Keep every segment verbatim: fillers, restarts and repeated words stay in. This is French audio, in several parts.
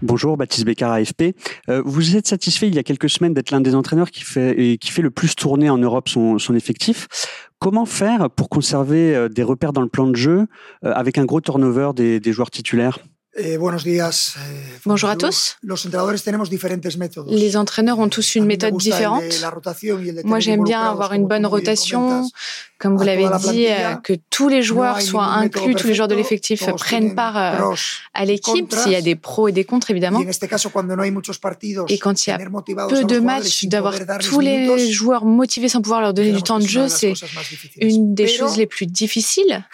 Bonjour, Baptiste Bécard, A F P. Euh, vous êtes satisfait il y a quelques semaines d'être l'un des entraîneurs qui fait, et qui fait le plus tourner en Europe son, son effectif. Comment faire pour conserver euh, des repères dans le plan de jeu euh, avec un gros turnover des, des joueurs titulaires ? Eh, buenos días. Eh, Bonjour à tous. Los entrenadores tenemos diferentes métodos. Les entraîneurs ont tous une méthode différente. Moi, j'aime bien avoir une bonne rotation, comme vous l'avez dit, euh, que tous les joueurs soient inclus, tous les joueurs de l'effectif prennent part euh, à l'équipe, s'il y a des pros et des contres, évidemment. Et quand il y a peu de matchs, d'avoir tous les joueurs motivés sans pouvoir leur donner du temps de jeu, c'est une des choses les plus difficiles.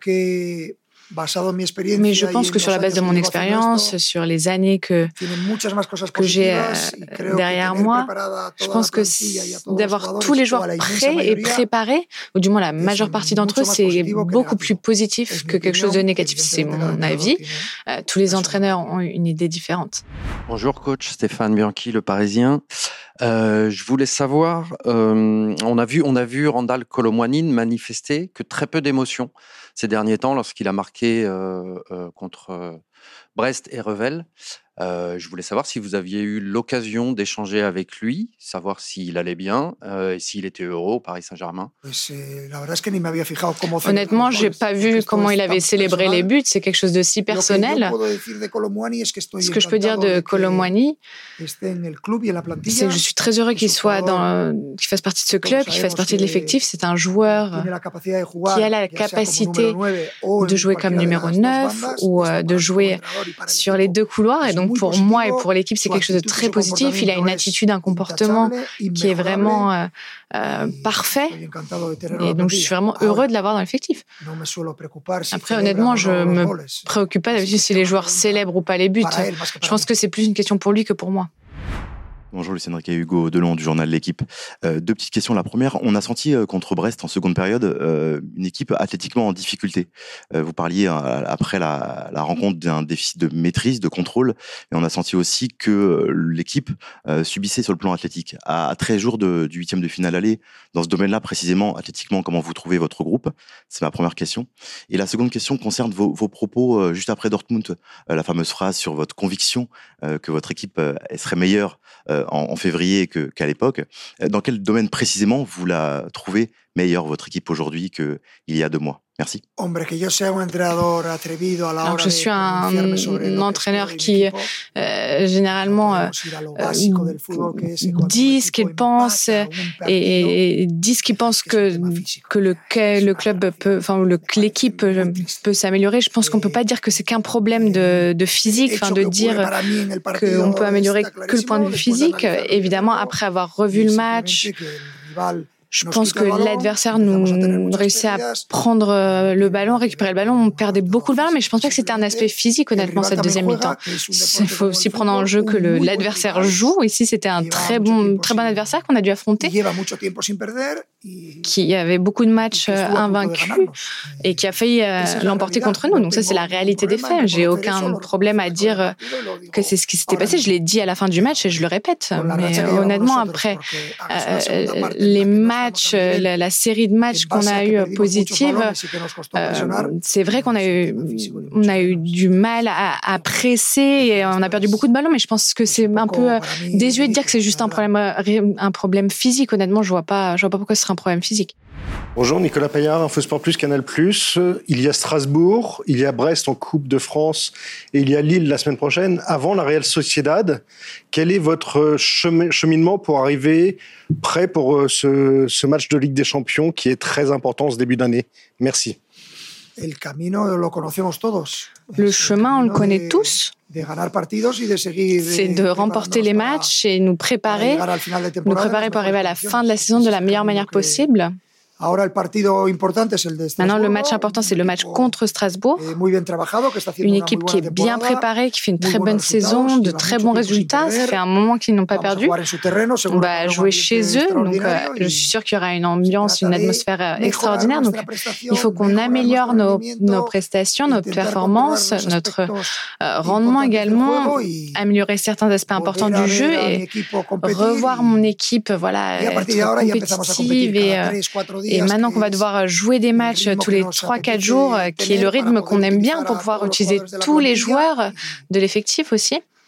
Mais je pense que sur la base de mon expérience, sur les années que, que j'ai euh, derrière moi, je pense que d'avoir tous les joueurs prêts et préparés, ou du moins la majeure partie d'entre eux, c'est beaucoup plus positif que quelque chose de négatif. C'est mon avis. Euh, tous les entraîneurs ont une idée différente. Bonjour coach, Stéphane Bianchi, Le Parisien. Euh, je voulais savoir, euh, on a vu, on a vu Randal Kolo Muani manifester que très peu d'émotions ces derniers temps lorsqu'il a marqué euh, euh, contre euh, Brest et Revel. Euh, je voulais savoir si vous aviez eu l'occasion d'échanger avec lui, savoir s'il allait bien euh, et s'il était heureux au Paris Saint-Germain. Honnêtement, j'ai pas vu comment il avait célébré les buts. C'est quelque chose de si personnel. Ce que je peux dire de Kolo Muani, c'est que je suis très heureux qu'il soit dans, qu'il fasse partie de ce club, qu'il fasse partie de l'effectif. C'est un joueur qui a la capacité de jouer comme numéro neuf ou de jouer sur les deux couloirs. Et donc, Donc pour moi et pour l'équipe, c'est quelque chose de très positif. Il a une attitude, un comportement qui est vraiment euh, euh, parfait. Et donc je suis vraiment heureux de l'avoir dans l'effectif. Après, honnêtement, je me préoccupe pas d'habitude si les joueurs célèbrent ou pas les buts. Je pense que c'est plus une question pour lui que pour moi. Bonjour Lucien Riquet, Hugo Delon du journal L'Équipe. Euh, deux petites questions. La première, on a senti euh, contre Brest en seconde période euh, une équipe athlétiquement en difficulté. Euh, vous parliez euh, après la, la rencontre d'un déficit de maîtrise, de contrôle, et on a senti aussi que euh, l'équipe euh, subissait sur le plan athlétique. À, à treize jours de, du huitième de finale aller, dans ce domaine-là précisément, athlétiquement, comment vous trouvez votre groupe ? C'est ma première question. Et la seconde question concerne vos, vos propos euh, juste après Dortmund, euh, la fameuse phrase sur votre conviction euh, que votre équipe euh, serait meilleure euh, En, en février que, qu'à l'époque. Dans quel domaine précisément vous la trouvez meilleure, votre équipe, aujourd'hui, qu'il y a deux mois ? Merci. Alors, je suis un, un entraîneur qui, euh, généralement, euh, dit ce qu'il pense et, et dit ce qu'il pense que, que le, que le club peut, enfin, le, que l'équipe peut, peut s'améliorer. Je pense qu'on peut pas dire que c'est qu'un problème de, de physique, enfin, de dire qu'on peut améliorer que le point de vue physique. Évidemment, après avoir revu le match, je pense que l'adversaire nous réussit à prendre le ballon, récupérer le ballon. On perdait beaucoup le ballon, mais je pense pas que c'était un aspect physique, honnêtement, cette deuxième mi-temps. Il faut aussi prendre en jeu que le, l'adversaire joue. Ici, c'était un très bon, très bon adversaire qu'on a dû affronter, qui avait beaucoup de matchs invaincus et qui a failli l'emporter contre nous. Donc ça, c'est la réalité des faits. J'ai aucun problème à dire que c'est ce qui s'était passé. Je l'ai dit à la fin du match et je le répète. Mais honnêtement, après euh, les matchs, La, la série de matchs qu'on a eu positive, euh, c'est vrai qu'on a eu, on a eu du mal à, à presser et on a perdu beaucoup de ballons, mais je pense que c'est un peu désuet de dire que c'est juste un problème, un problème physique. Honnêtement, je vois pas, je vois pas pourquoi ce serait un problème physique. Bonjour, Nicolas Paillard, Infosport Plus, Canal Plus. Il y a Strasbourg, il y a Brest en Coupe de France et il y a Lille la semaine prochaine, avant la Real Sociedad. Quel est votre chemin, cheminement pour arriver prêt pour ce, ce match de Ligue des Champions qui est très important ce début d'année ? Merci. Le chemin, on le connaît tous. C'est de remporter les matchs et nous préparer, nous préparer pour arriver à la fin de la saison de la meilleure manière possible. Maintenant, le match important, c'est le match contre Strasbourg. Une équipe qui est bien préparée, qui fait une très bonne saison, de très bons résultats. Ça fait un moment qu'ils n'ont pas perdu. On va jouer chez eux. Donc, euh, je suis sûre qu'il y aura une ambiance, une atmosphère extraordinaire. Donc, il faut qu'on améliore nos, nos prestations, nos performances, notre euh, rendement également, améliorer certains aspects importants du jeu et revoir mon équipe, voilà, être compétitive et euh, Et maintenant qu'on va devoir jouer des matchs tous les trois quatre jours, qui est le rythme qu'on aime bien pour pouvoir utiliser tous les joueurs de l'effectif aussi.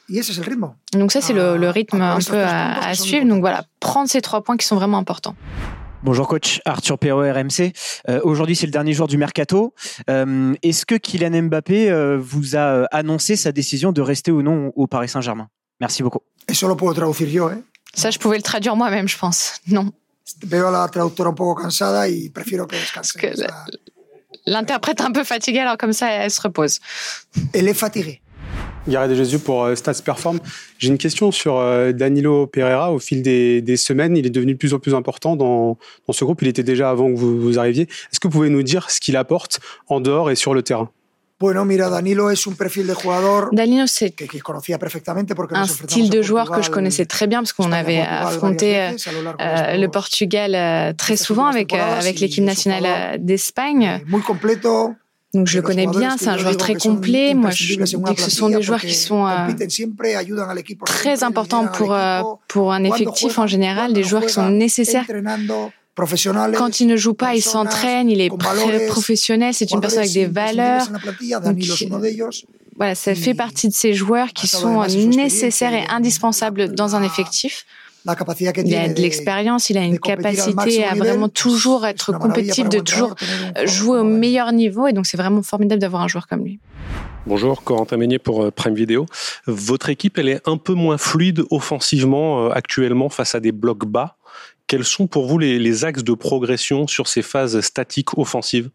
Donc ça, c'est le, le rythme un peu à, à suivre. Donc voilà, prendre ces trois points qui sont vraiment importants. Bonjour coach, Arthur Perrault, R M C. Euh, aujourd'hui, c'est le dernier jour du mercato. Euh, est-ce que Kylian Mbappé euh, vous a annoncé sa décision de rester ou non au Paris Saint-Germain? Merci beaucoup. Eso lo puedo traducir yo, eh. Ça, je pouvais le traduire moi-même, je pense. Non. Veo a la traductora un poco cansada y prefiero que descanse. Que l'interprète un peu fatiguée, alors comme ça, elle se repose. Elle est fatiguée. Gareth de Jésus pour euh, Stats Perform. J'ai une question sur euh, Danilo Pereira. Au fil des, des semaines, il est devenu de plus en plus important dans, dans ce groupe. Il était déjà avant que vous, vous arriviez. Est-ce que vous pouvez nous dire ce qu'il apporte en dehors et sur le terrain? Bueno, mira, Danilo es un perfil de jugador Danilo, c'est que, que conocía perfectamente porque un style de joueur que je connaissais très bien parce qu'on avait affronté euh, le Portugal euh, très souvent avec, euh, avec l'équipe nationale d'Espagne. Muy completo. Donc je le connais bien, c'est un joueur très complet. Moi, je dis que ce sont des joueurs qui sont euh, très importants pour, euh, pour un effectif en général, des joueurs qui sont nécessaires. Quand il ne joue pas, il s'entraîne, il est très professionnel, c'est une personne avec des valeurs. Donc, voilà, ça fait partie de ces joueurs qui sont nécessaires et indispensables dans un effectif. Il a de l'expérience, il a une capacité à vraiment toujours être compétitif, de toujours jouer au meilleur niveau. Et donc, c'est vraiment formidable d'avoir un joueur comme lui. Bonjour, Corentin Meignier pour Prime Video. Votre équipe, elle est un peu moins fluide offensivement actuellement face à des blocs bas. Quels sont pour vous les, les axes de progression sur ces phases statiques offensives?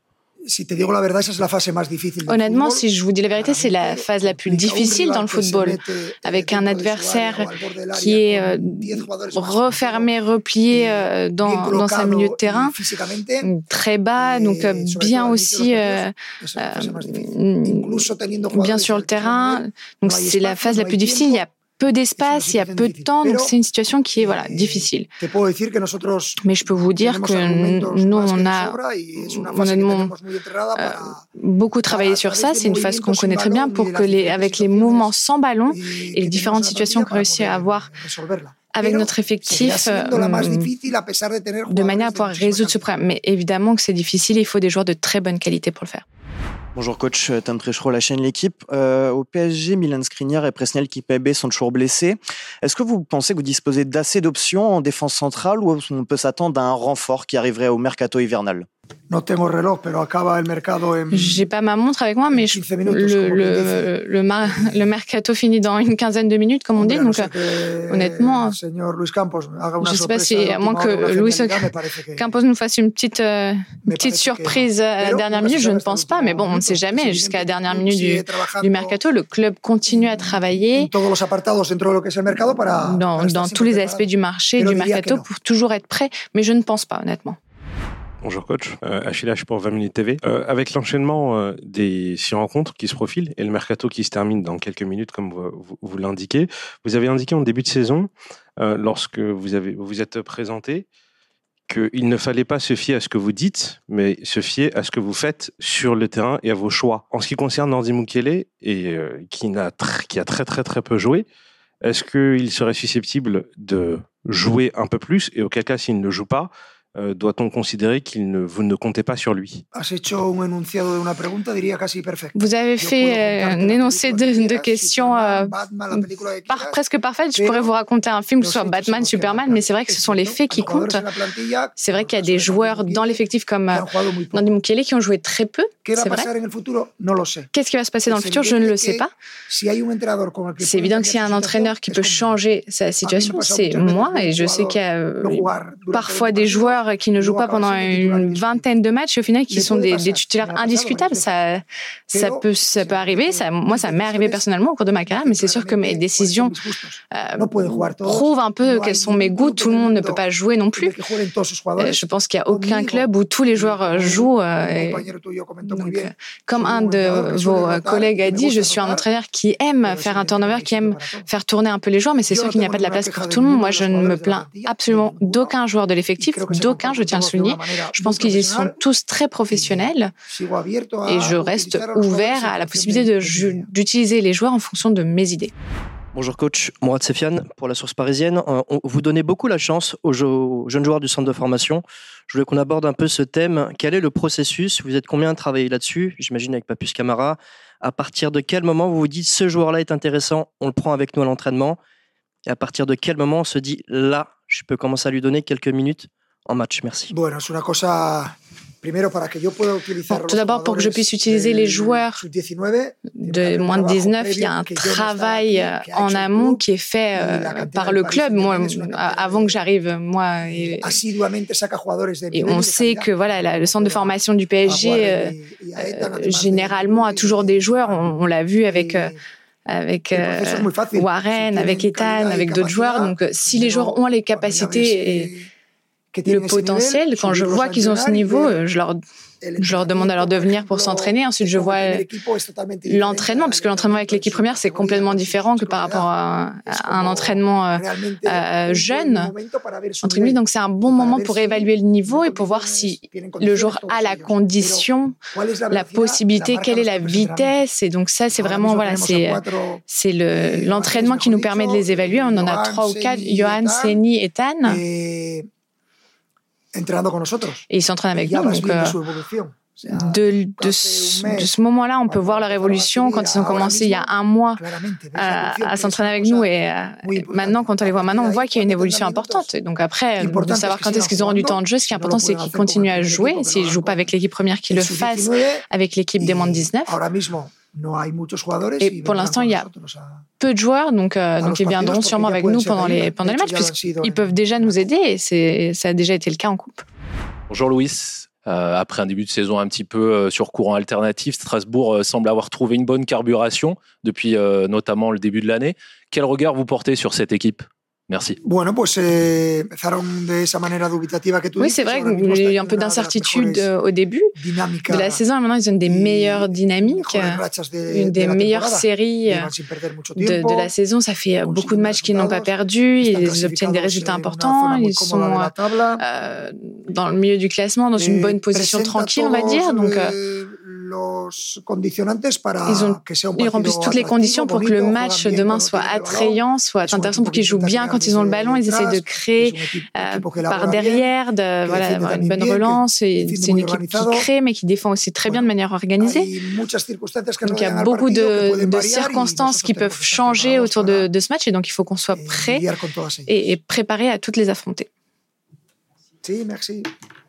Honnêtement, si je vous dis la vérité, c'est la phase la plus difficile dans le football, avec un adversaire qui est euh, refermé, replié euh, dans, dans sa milieu de terrain, très bas, donc euh, bien aussi euh, euh, bien sur le terrain. Donc c'est la phase la plus difficile. Il y a peu d'espace, il y a peu de temps, donc c'est une situation qui est voilà, difficile. Mais je peux vous dire que nous, on a honnêtement euh, beaucoup travaillé sur ça. C'est une phase qu'on connaît très bien pour que, les, avec les mouvements sans ballon et les différentes situations qu'on réussit à avoir avec notre effectif, euh, de manière à pouvoir résoudre ce problème. Mais évidemment que c'est difficile, il faut des joueurs de très bonne qualité pour le faire. Bonjour coach, Tom Trechereau, la chaîne L'équipe. Euh, au P S G, Milan Skriniar et Presnel Kimpembe sont toujours blessés. Est-ce que vous pensez que vous disposez d'assez d'options en défense centrale ou on peut s'attendre à un renfort qui arriverait au mercato hivernal? J'ai pas ma montre avec moi, mais je, le, le, le, mar, le mercato finit dans une quinzaine de minutes, comme on dit. Donc, euh, honnêtement, je ne sais pas si, à moins que Luis Campos nous fasse une petite, euh, une petite surprise à la dernière minute, je ne pense pas. Mais bon, on ne sait jamais. Jusqu'à la dernière minute du, du mercato, le club continue à travailler dans, dans tous les aspects du marché, du mercato, pour toujours être prêt. Mais je ne pense pas, honnêtement. Bonjour coach, euh, Achille H pour vingt minutes T V. Euh, avec l'enchaînement euh, des six rencontres qui se profilent et le mercato qui se termine dans quelques minutes comme vous, vous, vous l'indiquez, vous avez indiqué en début de saison, euh, lorsque vous avez, vous êtes présenté, qu'il ne fallait pas se fier à ce que vous dites, mais se fier à ce que vous faites sur le terrain et à vos choix. En ce qui concerne Nordi Mukiele, et, euh, qui, n'a tr- qui a très très très peu joué, est-ce qu'il serait susceptible de jouer un peu plus et auquel cas s'il ne joue pas, Euh, doit-on considérer qu'il ne, vous ne comptez pas sur lui? Vous avez fait euh, un énoncé de, de questions euh, par, presque parfaites. Je pourrais vous raconter un film, que ce soit Batman, Superman, mais c'est vrai que ce sont les faits qui comptent. C'est vrai qu'il y a des joueurs dans l'effectif comme euh, Nordi Mukiele qui ont joué très peu, c'est vrai. Qu'est-ce qui va se passer dans le futur? Je ne le sais pas. C'est évident que s'il y a un entraîneur qui peut changer sa situation, c'est moi, et je sais qu'il y a euh, parfois des joueurs qui ne jouent pas pendant une vingtaine de matchs et au final qui sont des, des titulaires indiscutables. Ça, ça, peut, ça peut arriver. Ça, moi, ça m'est arrivé personnellement au cours de ma carrière, mais c'est sûr que mes décisions euh, prouvent un peu quels sont mes goûts. Tout le monde ne peut pas jouer non plus. Euh, je pense qu'il n'y a aucun club où tous les joueurs jouent. Euh, et, donc, euh, comme un de vos collègues a dit, je suis un entraîneur qui aime faire un turnover, qui aime faire tourner un peu les joueurs, mais c'est sûr qu'il n'y a pas de la place pour tout le monde. Moi, je ne me plains absolument d'aucun joueur de l'effectif, d'aucun, je tiens à le souligner. Je pense qu'ils sont tous très professionnels et je reste ouvert à la possibilité de, d'utiliser les joueurs en fonction de mes idées. Bonjour coach, Mourad Sefiane pour la Source Parisienne. Vous donnez beaucoup la chance aux jeunes joueurs du centre de formation. Je voulais qu'on aborde un peu ce thème. Quel est le processus? Vous êtes combien à travailler là-dessus? J'imagine avec Papus Camara, À partir de quel moment vous vous dites ce joueur-là est intéressant, on le prend avec nous à l'entraînement? Et à partir de quel moment on se dit là, je peux commencer à lui donner quelques minutes en match? Merci. Bueno, es una cosa... Bon, tout d'abord, pour que je puisse utiliser les joueurs de moins de dix-neuf, il y a un travail en amont qui est fait euh, par le club. Moi, avant que j'arrive, moi, et, et on sait que voilà, la, le centre de formation du P S G euh, euh, généralement a toujours des joueurs. On, on l'a vu avec. Euh, avec euh, Warren, avec Ethan, avec d'autres joueurs. Donc, si les joueurs ont les capacités et le potentiel, quand je vois qu'ils ont ce niveau, je leur, je leur demande alors de venir pour s'entraîner. Ensuite, je vois l'entraînement, parce que l'entraînement avec l'équipe première, c'est complètement différent que par rapport à, à un entraînement euh, euh, jeune. Entre guillemets, donc c'est un bon moment pour évaluer le niveau et pour voir si le joueur a la condition, la possibilité, quelle est la vitesse. Et donc ça, c'est vraiment, voilà, c'est, c'est le, l'entraînement qui nous permet de les évaluer. On en a trois ou quatre, Johan, Seni, Ethan. Et ils s'entraînent avec nous. Donc, euh, de, de, ce, de ce moment-là, on peut voir leur évolution quand ils ont commencé il y a un mois à, à s'entraîner avec nous. Et, et maintenant, quand on les voit maintenant, on voit qu'il y a une évolution importante. Et donc après, de savoir quand est-ce qu'ils auront du temps de jeu, ce qui est important, c'est qu'ils continuent à jouer. S'ils ne jouent pas avec l'équipe première, qu'ils le fassent avec l'équipe des moins de dix-neuf. Et pour l'instant, il y a peu de joueurs, donc, euh, donc ils viendront sûrement avec nous pendant les, pendant les matchs, puisqu'ils peuvent déjà nous aider, et c'est, ça a déjà été le cas en coupe. Bonjour Louis. Euh, après un début de saison un petit peu euh, sur courant alternatif, Strasbourg euh, semble avoir trouvé une bonne carburation depuis euh, notamment le début de l'année. Quel regard vous portez sur cette équipe ? Merci. Bueno, pues eh, empezaron de esa manera dubitativa que tú Oui, c'est vrai qu'il y a eu un peu d'incertitude au début de la saison. Et maintenant, ils ont une des meilleures dynamiques, une des meilleures séries de, de la saison. Ça fait beaucoup de matchs qu'ils n'ont pas perdus. Ils obtiennent des résultats importants. Ils sont euh, dans le milieu du classement, dans une bonne position tranquille, on va dire. Donc, euh, ils, ont, ils remplissent toutes les conditions pour que le match demain soit attrayant, soit intéressant, pour qu'ils jouent bien quand ils ont le ballon. Ils essaient de créer euh, par derrière, de, voilà, d'avoir une bonne relance. Et c'est une équipe qui crée, mais qui défend aussi très bien de manière organisée. Donc il y a beaucoup de, de circonstances qui peuvent changer autour de, de ce match, et donc il faut qu'on soit prêt et, et préparé à toutes les affronter. Si, merci.